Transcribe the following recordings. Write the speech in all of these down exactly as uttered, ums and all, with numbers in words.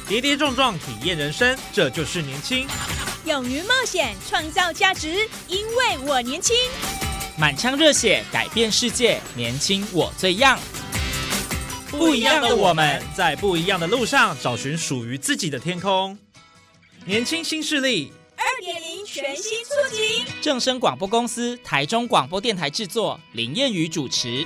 跌跌撞撞体验人生，这就是年轻。 勇于冒险，创造价值，因为我年轻。 满腔热血，改变世界，年轻我最样。 不一样的我们，在不一样的路上找寻属于自己的天空。年轻新势力二点零 全新出击， 正声广播公司台中广播电台制作，林燕瑜主持。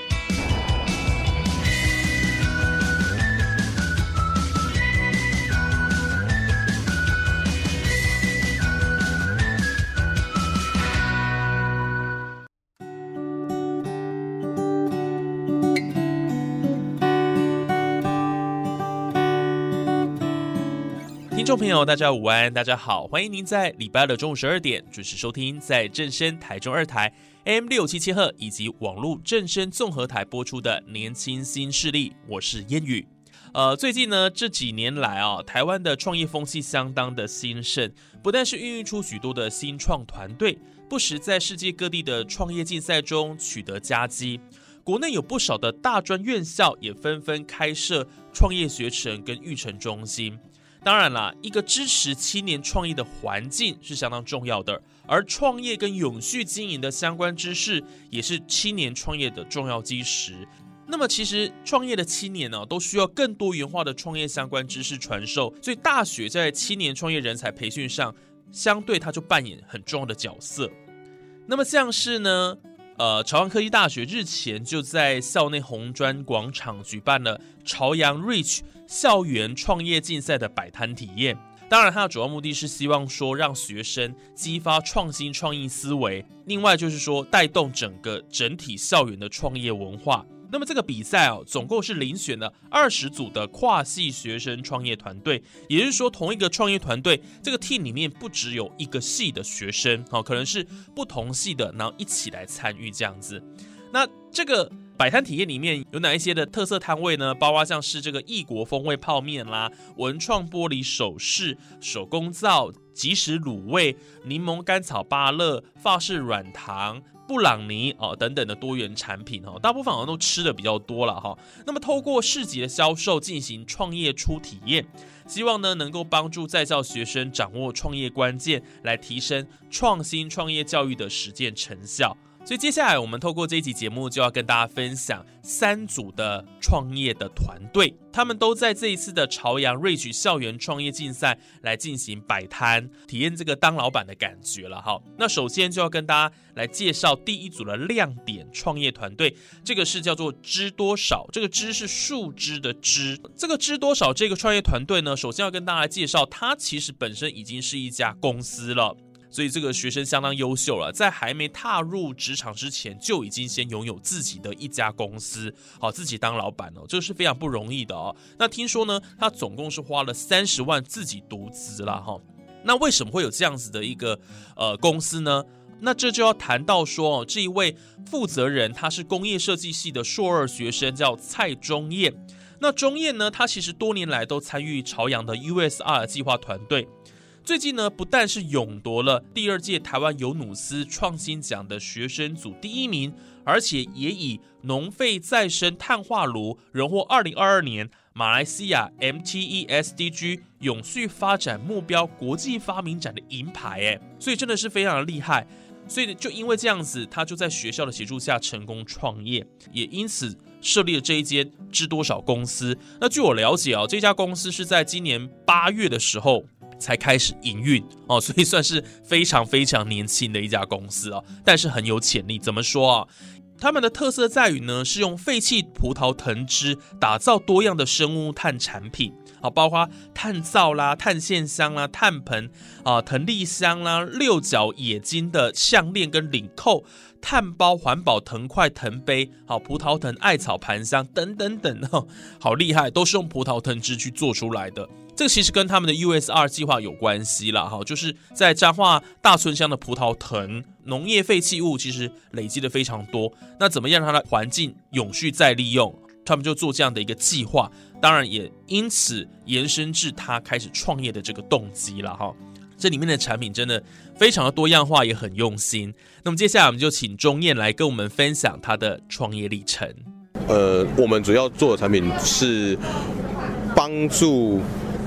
听众朋友大家午安，大家好，欢迎您在礼拜二的中午十二点准时收听在正声台中二台 A M 六七千赫以及网络正声综合台播出的年轻新势力，我是燕宇。呃，最近呢这几年来啊，台湾的创业风气相当的兴盛，不但是孕育出许多的新创团队，不时在世界各地的创业竞赛中取得佳绩。国内有不少的大专院校也纷纷开设创业学程跟育成中心。当然啦，一个支持青年创业的环境是相当重要的，而创业跟永续经营的相关知识也是青年创业的重要基石。那么其实创业的青年呢、啊，都需要更多元化的创业相关知识传授，所以大学在青年创业人才培训上，相对它就扮演很重要的角色。那么像是呢，呃，朝阳科技大学日前就在校内红砖广场举办了朝阳 Reach 校园创业竞赛的摆摊体验。当然它的主要目的是希望说让学生激发创新创意思维，另外就是说带动整个整体校园的创业文化。那么这个比赛哦，总共是遴选了二十组的跨系学生创业团队，也就是说同一个创业团队这个 team 里面不只有一个系的学生，哦，可能是不同系的，然后一起来参与这样子。那这个摆摊体验里面有哪一些的特色摊位呢？包括像是这个异国风味泡面啦、文创玻璃首饰、手工皂、即食卤味、柠檬甘草芭乐、法式软糖、布朗尼、哦、等等的多元产品、哦、大部分好像都吃的比较多了、哦、那么透过市集的销售进行创业初体验，希望呢能够帮助在校学生掌握创业关键，来提升创新创业教育的实践成效。所以接下来我们透过这一集节目就要跟大家分享三组的创业的团队，他们都在这一次的朝阳 Reach 校园创业竞赛来进行摆摊，体验这个当老板的感觉了哈。那首先就要跟大家来介绍第一组的亮点创业团队，这个是叫做知多少，这个知是树枝的枝。这个知多少这个创业团队呢，首先要跟大家介绍，它其实本身已经是一家公司了。所以这个学生相当优秀了，在还没踏入职场之前就已经先拥有自己的一家公司，好，自己当老板哦，这是非常不容易的哦。那听说呢，他总共是花了三十万自己独资啦哈。那为什么会有这样子的一个呃公司呢？那这就要谈到说哦，这一位负责人他是工业设计系的硕二学生，叫蔡钟燕。那钟燕呢，他其实多年来都参与朝阳的 U S R 计划团队。最近呢，不但是勇夺了第二届台湾尤努斯创新奖的学生组第一名，而且也以农废再生碳化炉荣获二零二二年马来西亚 M T E S D G 永续发展目标国际发明展的银牌，哎，所以真的是非常的厉害。所以就因为这样子，他就在学校的协助下成功创业，也因此设立了这一间知多少公司。那据我了解啊，这家公司是在今年八月的时候才开始营运哦，所以算是非常非常年轻的一家公司哦，但是很有潜力。怎么说啊？他们的特色在于呢，是用废弃葡萄藤枝打造多样的生物炭产品，啊，包括炭皂啦、碳线香啦、炭盆啊、藤粒香啦、六角冶金的项链跟领扣、炭包、环保藤块、藤杯、好葡萄藤艾草盘香等等等，哦，好厉害，都是用葡萄藤枝去做出来的。这个其实跟他们的 U S R 计划有关系啦，就是在彰化大村乡的葡萄藤农业废弃物其实累积的非常多，那怎么样让它的环境永续再利用，他们就做这样的一个计划，当然也因此延伸至他开始创业的这个动机啦。这里面的产品真的非常的多样化，也很用心。那么接下来我们就请钟燕来跟我们分享他的创业历程。 呃，我们主要做的产品是帮助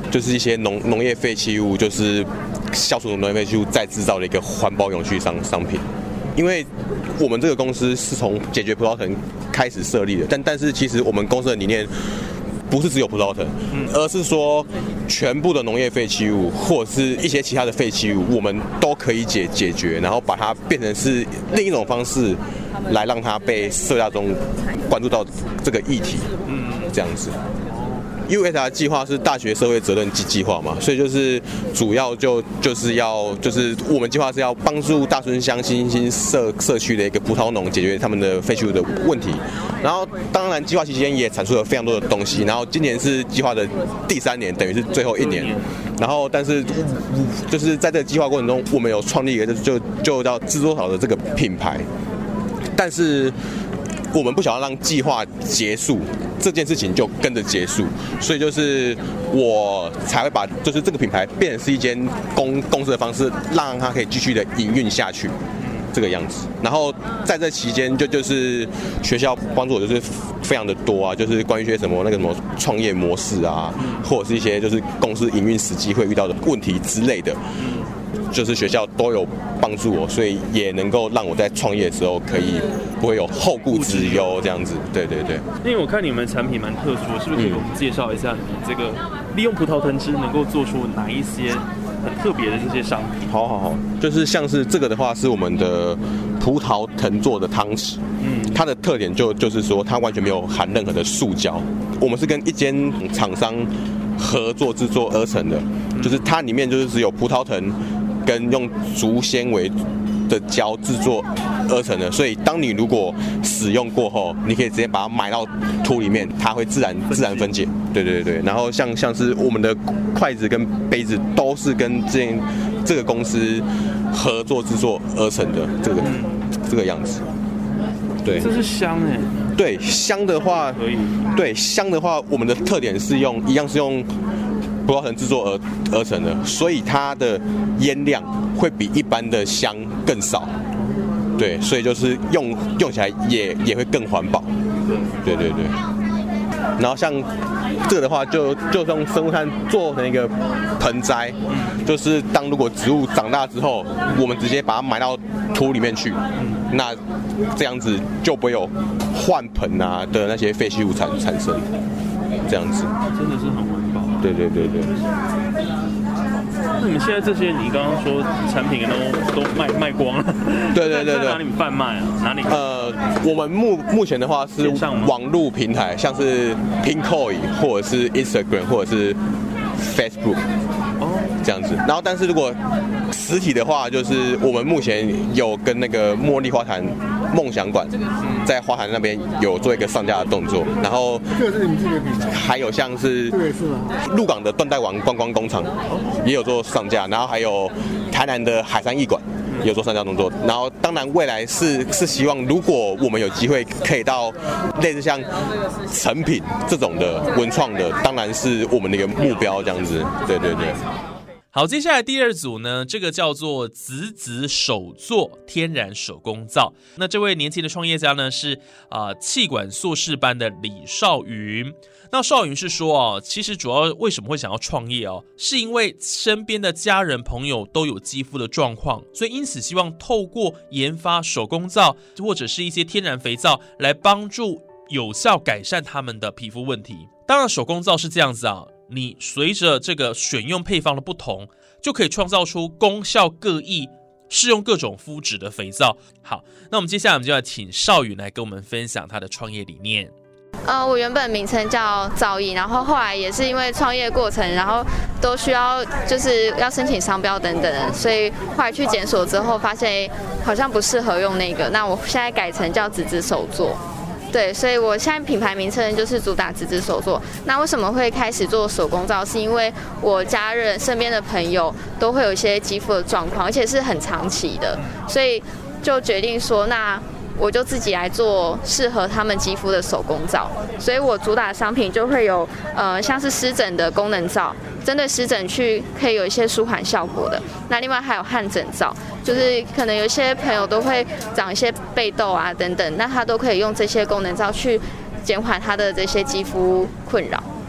就是一些农农业废弃物，就是消除农业废弃物再制造的一个环保永续商商品。因为我们这个公司是从解决葡萄藤开始设立的，但但是其实我们公司的理念不是只有葡萄藤，而是说全部的农业废弃物或者是一些其他的废弃物，我们都可以解解决，然后把它变成是另一种方式，来让它被社会大众关注到这个议题，嗯，这样子。U S R 计划是大学社会责任计计划嘛，所以就是主要就就是要就是我们计划是要帮助大村乡新兴社社区的一个葡萄农解决他们的废弃物的问题。然后当然计划期间也产出了非常多的东西，然后今年是计划的第三年，等于是最后一年。然后但是就是在这个计划过程中，我们有创立一个就就叫制作好的这个品牌，但是我们不想要让计划结束，这件事情就跟着结束，所以就是我才会把就是这个品牌变成是一间公公司的方式，让它可以继续的营运下去，这个样子。然后在这期间就就是学校帮助我就是非常的多啊，就是关于一些什么那个什么创业模式啊，或者是一些就是公司营运时机会遇到的问题之类的。就是学校都有帮助我，所以也能够让我在创业的时候可以不会有后顾之忧这样子。对对对。 因为我看你们产品蛮特殊的，是不是可以给我们介绍一下你这个利用葡萄藤汁能够做出哪一些很特别的这些商品？ 好好好，就是像是这个的话，是我们的葡萄藤做的汤匙。嗯，它的特点就就是说，它完全没有含任何的塑胶。我们是跟一间厂商合作制作而成的，就是它里面就是只有葡萄藤跟用竹纤维的胶制作而成的，所以当你如果使用过后，你可以直接把它埋到土里面，它会自然自然分解。对对对，然后像像是我们的筷子跟杯子都是跟这这个公司合作制作而成的，这个这个样子。对， 这是香哎。 对，香的话，可以。对，香的话，我们的特点是用一样是用葡萄藤制作而而成的，所以它的烟量会比一般的香更少。对，所以就是用用起来也也会更环保。对对对。然后像这个的话就，就用生物炭做成一个盆栽，就是当如果植物长大之后，我们直接把它埋到土里面去，那这样子就不会有换盆啊的那些废弃物产产生。这样子真的是很环保。 对对对对。 那你们现在这些，你刚刚说产品都都卖卖光了？ 对对对对。 在哪里贩卖啊？哪里？ 呃，我们目目前的话是网络平台，像是 Pinkoi 或者是 Instagram 或者是 Facebook。这样子，然后但是如果实体的话，就是我们目前有跟那个茉莉花坛梦想馆在花坛那边有做一个上架的动作，然后这是你们这个品牌， 还有像是鹿港的缎带网观光工厂也有做上架，然后还有台南的海山艺馆也有做上架动作，然后当然未来是是希望如果我们有机会可以到类似像成品这种的文创的，当然是我们的一个目标这样子。对对对。 好，接下来第二组呢，这个叫做子子手作天然手工皂。那这位年轻的创业家呢是啊、呃、企管硕士班的李少云。那少云是说哦，其实主要为什么会想要创业哦，是因为身边的家人朋友都有肌肤的状况，所以因此希望透过研发手工皂或者是一些天然肥皂来帮助有效改善他们的皮肤问题。当然手工皂是这样子啊，你随着这个选用配方的不同，就可以创造出功效各异、适用各种肤质的肥皂。好，那我们接下来我们就要请少宇来跟我们分享他的创业理念。 呃，我原本名称叫造诣，然后后来也是因为创业过程，然后都需要就是要申请商标等等，所以后来去检索之后发现好像不适合用那个，那我现在改成叫子子手作。对，所以我现在品牌名称就是主打子子手作。那为什么会开始做手工皂？是因为我家人身边的朋友都会有一些肌肤的状况，而且是很长期的，所以就决定说，那我就自己来做适合他们肌肤的手工皂。所以我主打的商品就会有呃像是湿疹的功能皂，针对湿疹去可以有一些舒缓效果的。那另外还有汗疹皂，就是可能有一些朋友都会长一些痘痘啊等等，那他都可以用这些功能皂去减缓他的这些肌肤困扰。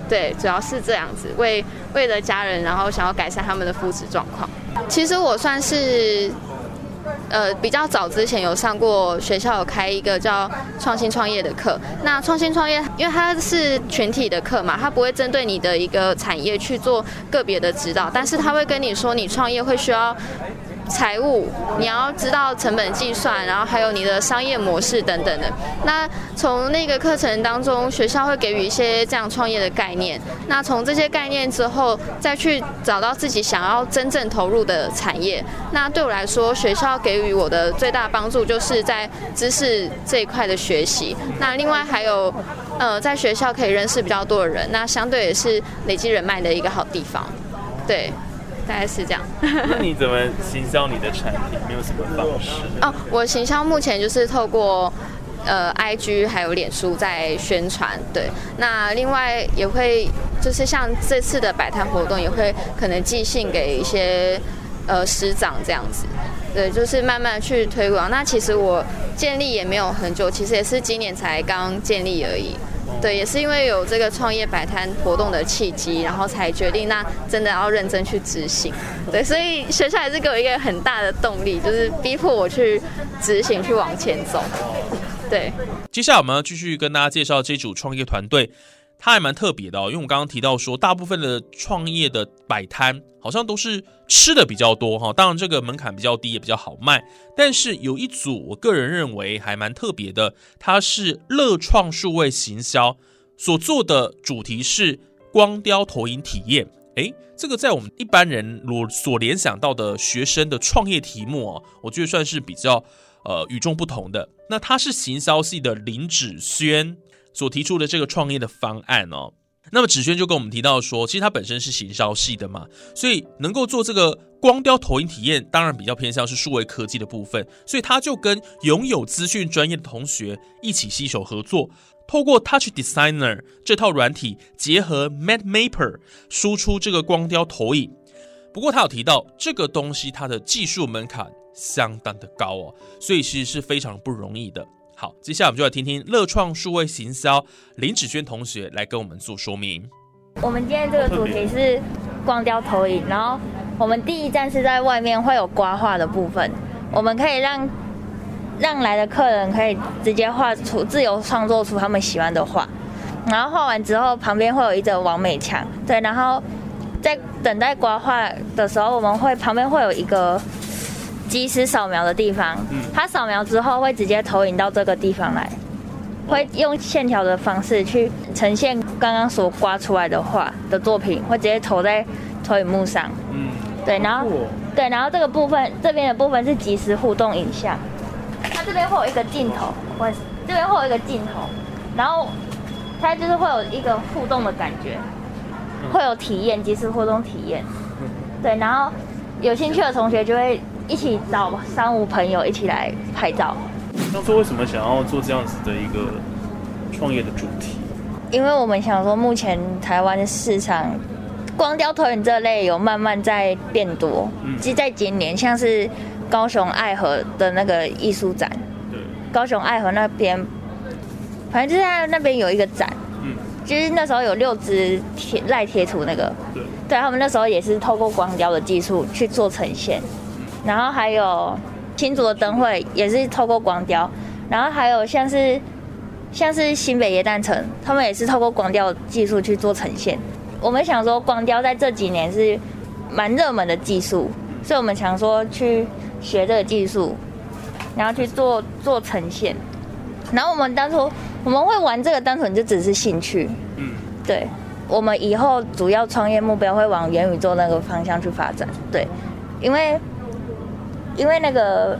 对，主要是这样子，为为了家人，然后想要改善他们的肤质状况。其实我算是。呃，比较早之前有上过学校有开一个叫创新创业的课。那创新创业，因为它是群体的课嘛，它不会针对你的一个产业去做个别的指导，但是它会跟你说，你创业会需要财务，你要知道成本计算，然后还有你的商业模式等等的。那从那个课程当中，学校会给予一些这样创业的概念。那从这些概念之后，再去找到自己想要真正投入的产业。那对我来说，学校给予我的最大帮助就是在知识这一块的学习。那另外还有，呃，在学校可以认识比较多的人，那相对也是累积人脉的一个好地方。对。大概是这样。 那你怎么行销你的产品？没有什么方式？ 哦，我行销目前就是透过呃 I G 还有脸书在宣传。对，那另外也会就是像这次的摆摊活动，也会可能寄信给一些呃师长这样子。对，就是慢慢去推广。那其实我建立也没有很久，其实也是今年才刚建立而已。对，也是因为有这个创业摆摊活动的契机，然后才决定那真的要认真去执行。对，所以学校也是给我一个很大的动力，就是逼迫我去执行，去往前走。对， 接下来我们要继续跟大家介绍这组创业团队，它还蛮特别的哦，因为我们刚刚提到说，大部分的创业的摆摊好像都是吃的比较多哈，当然这个门槛比较低，也比较好卖。但是有一组，我个人认为还蛮特别的，它是乐创数位行销所做的主题是光雕投影体验。诶，这个在我们一般人所联想到的学生的创业题目哦，我觉得算是比较呃与众不同的。那它是行销系的林芷萱所提出的这个创业的方案哦。那么芷萱就跟我们提到说，其实他本身是行销系的嘛，所以能够做这个光雕投影体验，当然比较偏向是数位科技的部分，所以他就跟拥有资讯专业的同学一起携手合作，透过 Touch Designer 这套软体结合 Map Mapper 输出这个光雕投影。不过他有提到这个东西它的技术门槛相当的高哦，所以其实是非常不容易的。好，接下来我们就来听听乐创数位行销林芷萱同学来跟我们做说明。 我们今天这个主题是光雕投影，然后我们第一站是在外面会有刮画的部分，我们可以让让来的客人可以直接画出自由创作出他们喜欢的画，然后画完之后旁边会有一个网美墙，对，然后在等待刮画的时候，我们会旁边会有一个即时扫描的地方，它扫描之后会直接投影到这个地方来，会用线条的方式去呈现刚刚所刮出来的画的作品，会直接投在投影幕上。嗯，对，然后对，然后这个部分这边的部分是即时互动影像，它这边会有一个镜头，我这边会有一个镜头，然后它就是会有一个互动的感觉，会有体验，即时互动体验。对，然后有兴趣的同学就会一起找三五朋友一起来拍照。 当初为什么想要做这样子的一个创业的主题？ 因为我们想说，目前台湾的市场，光雕投影这类有慢慢在变多。嗯，即在今年，像是高雄爱河的那个艺术展，对，高雄爱河那边，反正就是在那边有一个展，嗯，就是那时候有六支贴赖贴图那个，对，对他们那时候也是透过光雕的技术去做呈现，然后还有新竹的灯会也是透过光雕，然后还有像是像是新北耶诞城，他们也是透过光雕技术去做呈现。我们想说光雕在这几年是蛮热门的技术，所以我们想说去学这个技术，然后去做做呈现。然后我们当初我们会玩这个，单纯就只是兴趣。嗯，对，我们以后主要创业目标会往元宇宙那个方向去发展。对，因为因为那个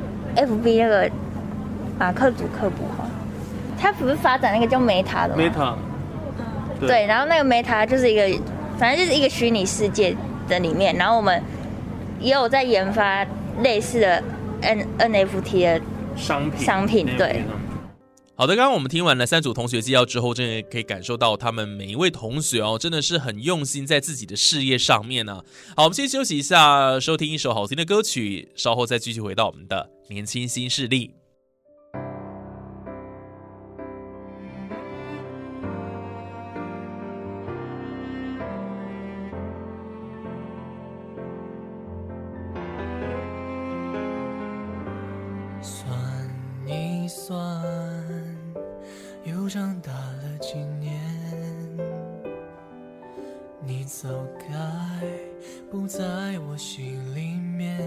F B 那个马克祖克伯嘛，他不是发展那个叫 Meta 的吗 ？Meta。 对, 对，然后那个 Meta 就是一个，反正就是一个虚拟世界的里面，然后我们也有在研发类似的 N NFT 的商品， 商品对。 好的，刚刚我们听完了三组同学介绍之后，真的可以感受到他们每一位同学哦，真的是很用心在自己的事业上面呢、啊。好，我们先休息一下，收听一首好听的歌曲，稍后再继续回到我们的年轻新势力。 大了几年，你早该不在我心里面，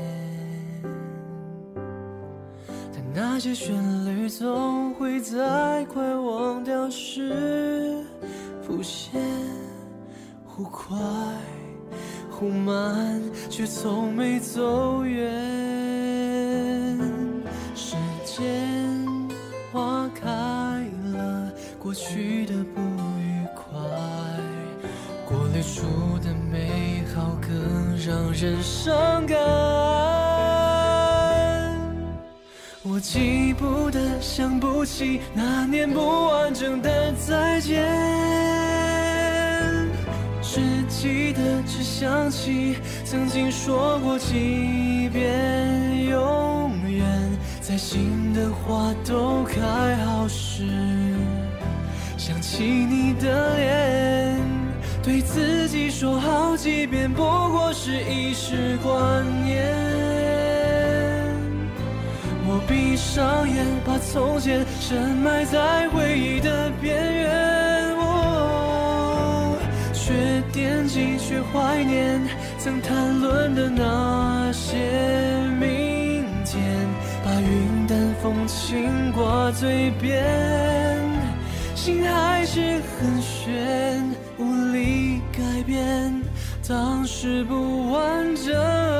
但那些旋律总会在快忘掉时浮现，忽快忽慢，却从没走远。时间花开了过去的不愉快，过滤出的美好更让人伤感。我记不得想不起那年不完整的再见，只记得只想起曾经说过几遍永远，在心的花都开好时想起你的脸，对自己说好几遍不过是一时观念。我闭上眼把从前深埋在回忆的边缘，我却惦记却怀念曾谈论的那些明天，把云淡风轻挂嘴边，心还是很悬，无力改变当时不完整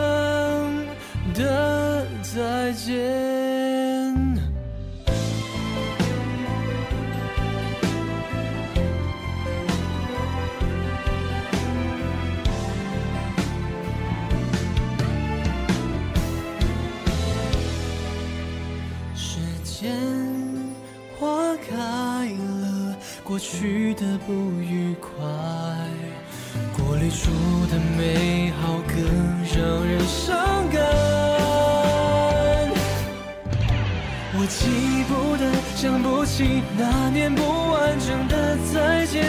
的再见。时间花开了过去的不愉快，过滤出的美好更让人伤感。我记不得想不起那年不完整的再见，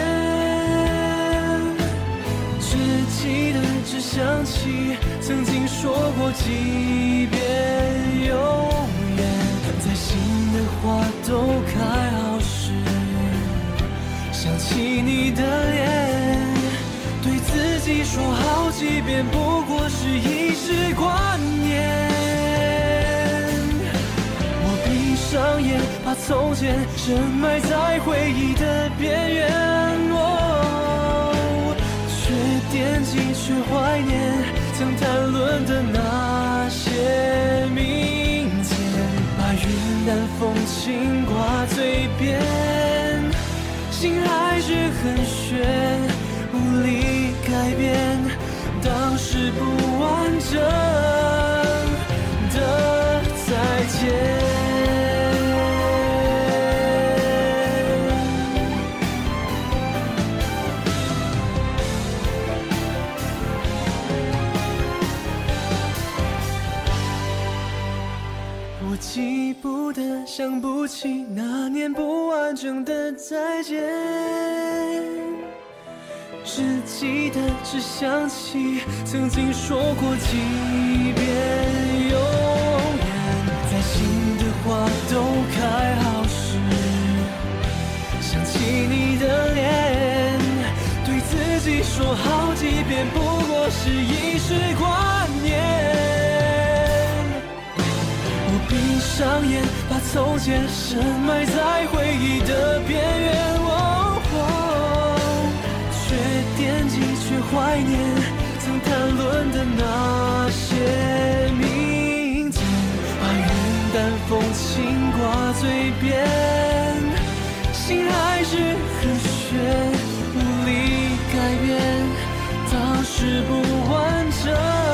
只记得只想起曾经说过几遍永远，在心的花都开好时想起你的脸，对自己说好几遍不过是一时观念。我闭上眼把从前深埋在回忆的边缘，哦，却惦记却怀念曾谈论的那些明天，把云淡风轻挂嘴边，心还是很悬，无力改变当时不完整的再见。我记不得想不起那年不完整的再见，只记得只想起曾经说过几遍永远，在心的花都开好时想起你的脸，对自己说好几遍不过是一时观念。我闭上眼把从前深埋在回忆的边缘，哦哦，却惦记却怀念曾谈论的那些明天，把云淡风轻挂嘴边，心还是很悬，无力改变当时不完整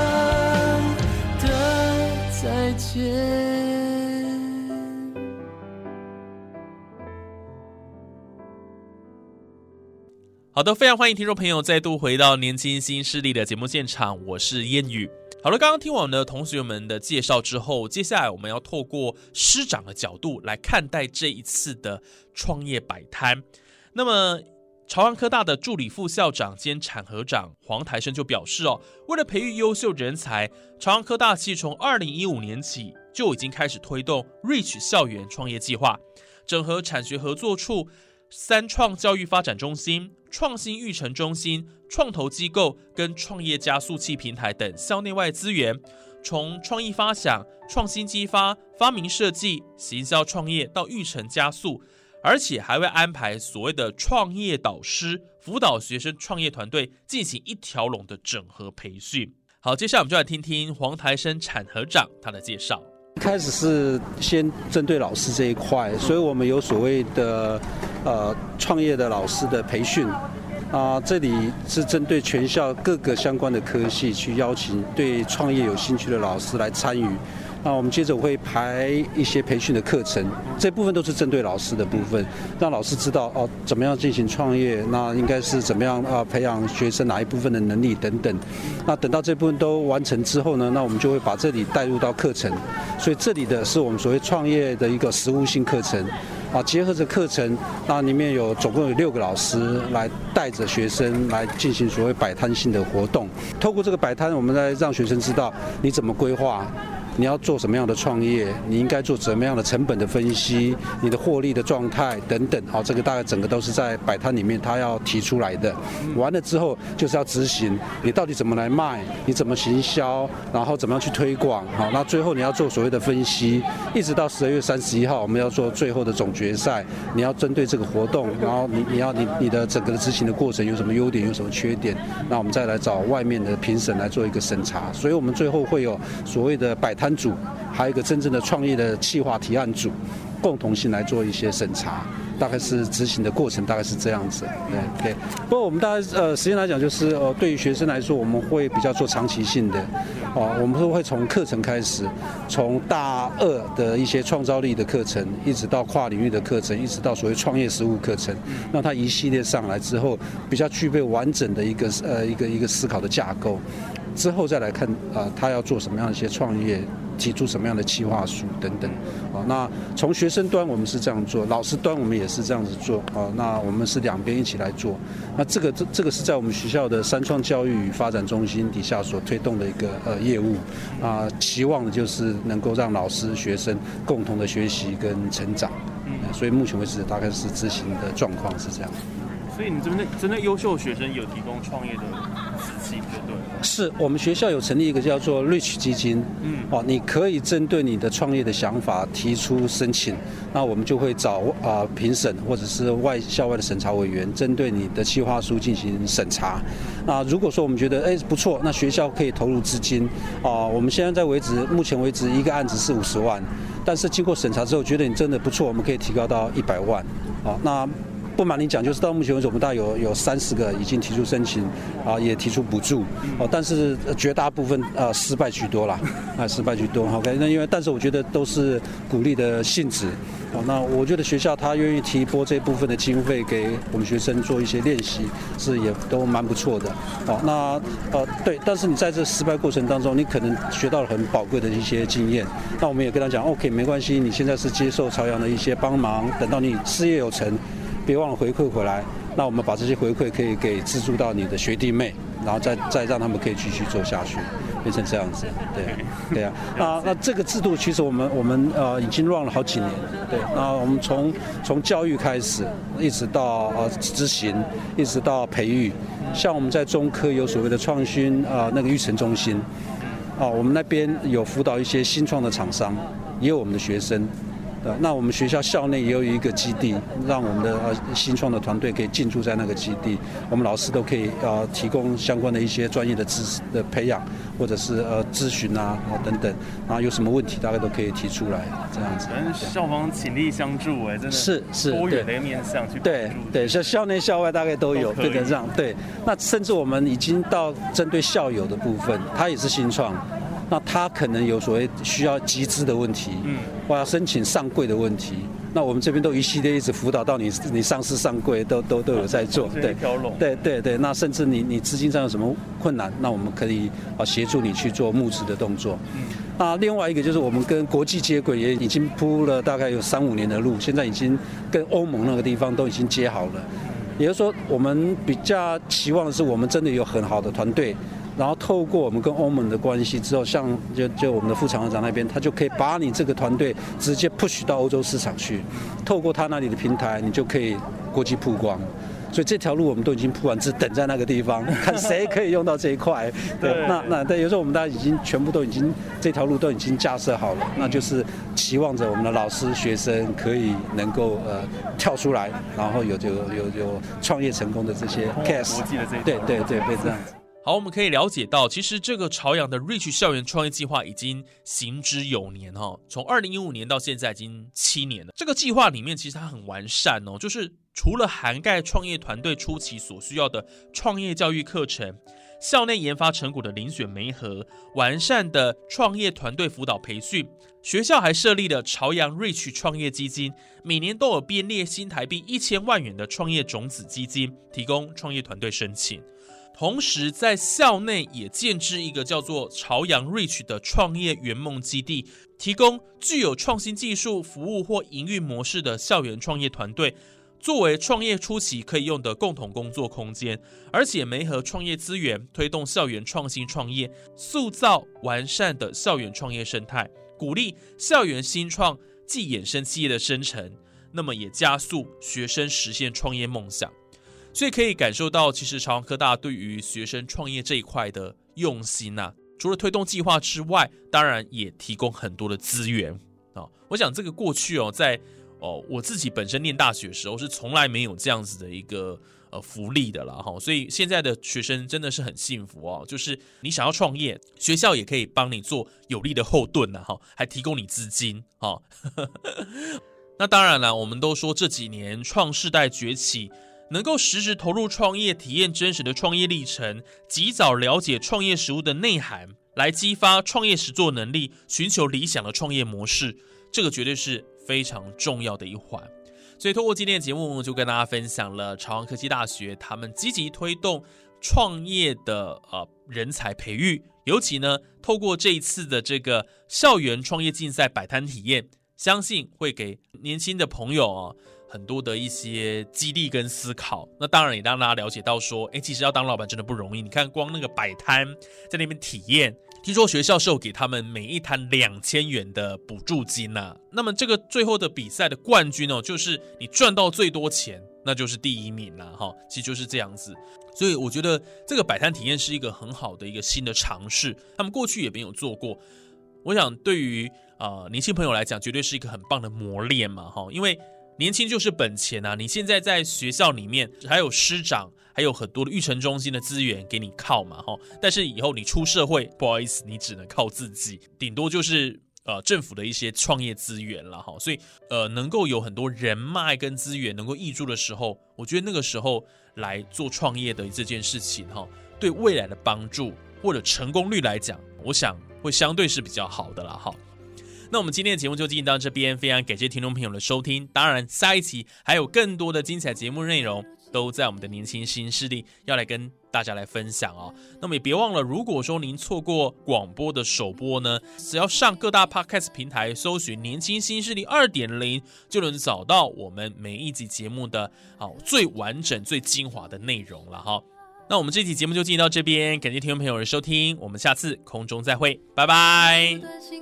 的再见。 好的，非常欢迎听众朋友再度回到年轻新势力的节目现场，我是烟雨。好了，刚刚听完的同学们的介绍之后，接下来我们要透过师长的角度来看待这一次的创业摆摊。那么朝阳科大的助理副校长兼产合长黄台生就表示哦，为了培育优秀人才，朝阳科大其实从二零一五年起就已经开始推动 Reach 校园创业计划，整合产学合作处、 三创教育发展中心、创新育成中心、创投机构跟创业加速器平台等校内外资源，从创意发想、创新激发、发明设计、行销创业到育成加速，而且还会安排所谓的创业导师，辅导学生创业团队进行一条龙的整合培训。好，接下来我们就来听听黄台生产合长他的介绍。 一开始是先针对老师这一块，所以我们有所谓的呃创业的老师的培训啊、呃，这里是针对全校各个相关的科系去邀请对创业有兴趣的老师来参与。那我们接着会排一些培训的课程，这部分都是针对老师的部分，让老师知道哦怎么样进行创业，那应该是怎么样啊培养学生哪一部分的能力等等。那等到这部分都完成之后呢，那我们就会把这里带入到课程，所以这里的是我们所谓创业的一个实务性课程。啊，结合着课程，那里面有总共有六个老师来带着学生来进行所谓摆摊性的活动。透过这个摆摊，我们来让学生知道你怎么规划，你要做什么样的创业，你应该做什么样的成本的分析，你的获利的状态等等。好，这个大概整个都是在摆摊里面他要提出来的。完了之后就是要执行，你到底怎么来卖，你怎么行销，然后怎么样去推广。好，那最后你要做所谓的分析，一直到十二月三十一号，我们要做最后的总决赛。你要针对这个活动，然后你你要你你的整个的执行的过程有什么优点，有什么缺点，那我们再来找外面的评审来做一个审查。所以我们最后会有所谓的摆摊组，还有一个真正的创业的企划提案组，共同性来做一些审查。大概是执行的过程大概是这样子，对对。不过我们大概呃时间来讲，就是呃对于学生来说，我们会比较做长期性的，哦，我们会从课程开始，从大二的一些创造力的课程，一直到跨领域的课程，一直到所谓创业实务课程，让它一系列上来之后，比较具备完整的一个呃一个一个思考的架构，之后再来看啊、呃、他要做什么样的一些创业。提出什么样的企划书等等，啊，那从学生端我们是这样做，老师端我们也是这样子做，啊，那我们是两边一起来做，那这个这这个是在我们学校的三创教育与发展中心底下所推动的一个呃业务，啊，期望的就是能够让老师学生共同的学习跟成长，嗯，所以目前为止大概是执行的状况是这样。 所以你针对针对优秀学生有提供创业的资金，对不对？ 是我们学校有成立一个叫做 Rich 基金，嗯，哦，你可以针对你的创业的想法提出申请，那我们就会找啊、呃、评审或者是外校外的审查委员，针对你的企划书进行审查。那如果说我们觉得哎不错，那学校可以投入资金，啊、呃，我们现在在为止，目前为止一个案子是五十万，但是经过审查之后，觉得你真的不错，我们可以提高到一百万，啊，那。不瞒您讲，就是到目前为止，我们大概有有三十个已经提出申请，啊，也提出补助，哦，但是绝大部分呃失败居多啦，啊，失败居多。OK， 那因为但是我觉得都是鼓励的性质，哦，那我觉得学校他愿意提拨这部分的经费给我们学生做一些练习，是也都蛮不错的，哦，那呃对，但是你在这失败过程当中，你可能学到了很宝贵的一些经验，那我们也跟他讲 ，OK， 没关系，你现在是接受朝阳的一些帮忙，等到你事业有成。别忘了回馈回来，那我们把这些回馈可以给资助到你的学弟妹，然后再再让他们可以继续做下去，变成这样子，对，对啊，那那这个制度其实我们我们呃已经 run 了好几年，对，那我们从从教育开始，一直到呃执行，一直到培育，像我们在中科有所谓的创新呃那个育成中心，啊，我们那边有辅导一些新创的厂商，也有我们的学生。那我们学校校内也有一个基地，让我们的呃新创的团队可以进驻在那个基地，我们老师都可以呃提供相关的一些专业的知识的培养，或者是呃咨询啊等等，然后有什么问题大概都可以提出来，这样子。 反正校方倾力相助，哎，真的是是多元的一个面向去对对，像校内校外大概都有，变成这样。对，那甚至我们已经到针对校友的部分，它也是新创。那他可能有所谓需要集资的问题，嗯，或要申请上柜的问题，那我们这边都一系列一直辅导到你，你上市上柜都都都有在做，对，对对对，那甚至你你资金上有什么困难，那我们可以啊协助你去做募资的动作。嗯，那另外一个就是我们跟国际接轨，也已经铺了大概有三五年的路，现在已经跟欧盟那个地方都已经接好了。也就是说，我们比较期望的是，我们真的有很好的团队。然后透过我们跟欧盟的关系之后，像就就我们的副厂长那边，他就可以把你这个团队直接 push 到欧洲市场去，透过他那里的平台，你就可以国际曝光。所以这条路我们都已经铺完，只等在那个地方，看谁可以用到这一块。对，那那对，有时候我们大家已经全部都已经这条路都已经架设好了，那就是期望着我们的老师、学生可以能够呃跳出来，然后有有有有创业成功的这些 case。对对对，会这样子。 好，我们可以了解到，其实这个朝阳的 Reach 校园创业计划已经行之有年哈，从二零一五年到现在已经七年了。这个计划里面其实它很完善哦，就是除了涵盖创业团队初期所需要的创业教育课程、校内研发成果的遴选媒合、完善的创业团队辅导培训，学校还设立了朝阳 Reach 创业基金，每年都有编列新台币一千万元的创业种子基金，提供创业团队申请。同时，在校内也建置一个叫做朝阳 Reach 的创业圆梦基地，提供具有创新技术、服务或营运模式的校园创业团队，作为创业初期可以用的共同工作空间，而且媒合创业资源，推动校园创新创业，塑造完善的校园创业生态，鼓励校园新创暨衍生企业的生成，那么也加速学生实现创业梦想。所以可以感受到，其实朝阳科大对于学生创业这一块的用心啊，除了推动计划之外，当然也提供很多的资源啊。我想这个过去哦，在哦我自己本身念大学的时候是从来没有这样子的一个呃福利的啦哈。所以现在的学生真的是很幸福哦，就是你想要创业，学校也可以帮你做有力的后盾呐哈，还提供你资金哈。那当然了，我们都说这几年创世代崛起。能够实质投入创业，体验真实的创业历程，及早了解创业实务的内涵，来激发创业实作能力，寻求理想的创业模式，这个绝对是非常重要的一环。所以透过今天的节目，就跟大家分享了朝阳科技大学他们积极推动创业的呃人才培育，尤其呢，透过这一次的这个校园创业竞赛摆摊体验，相信会给年轻的朋友啊。很多的一些激励跟思考，那当然也让大家了解到说，哎，其实要当老板真的不容易。你看，光那个摆摊在那边体验，听说学校是有给他们每一摊两千元的补助金呐、啊。那么这个最后的比赛的冠军哦，就是你赚到最多钱，那就是第一名啦，哈，其实就是这样子。所以我觉得这个摆摊体验是一个很好的一个新的尝试，他们过去也没有做过。我想对于呃年轻朋友来讲，绝对是一个很棒的磨练嘛，哈，因为。年轻就是本钱啊！你现在在学校里面还有师长，还有很多的育成中心的资源给你靠嘛，哈。但是以后你出社会，不好意思，你只能靠自己，顶多就是呃政府的一些创业资源了，哈。所以呃能够有很多人脉跟资源能够挹注的时候，我觉得那个时候来做创业的这件事情，哈，对未来的帮助或者成功率来讲，我想会相对是比较好的啦，哈。那我们今天的节目就进行到这边，非常感谢听众朋友的收听。当然，下一期还有更多的精彩节目内容都在我们的年轻新势力要来跟大家来分享哦。那么也别忘了，如果说您错过广播的首播呢，只要上各大 Podcast 平台搜寻年轻新势力 二点零 就能找到我们每一集节目的、哦、最完整最精华的内容了哈。那我们这期节目就进行到这边，感谢听众朋友的收听，我们下次空中再会，拜拜。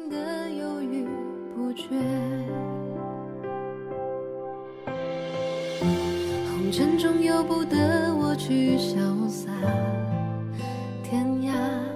红尘中由不得我去潇洒天涯。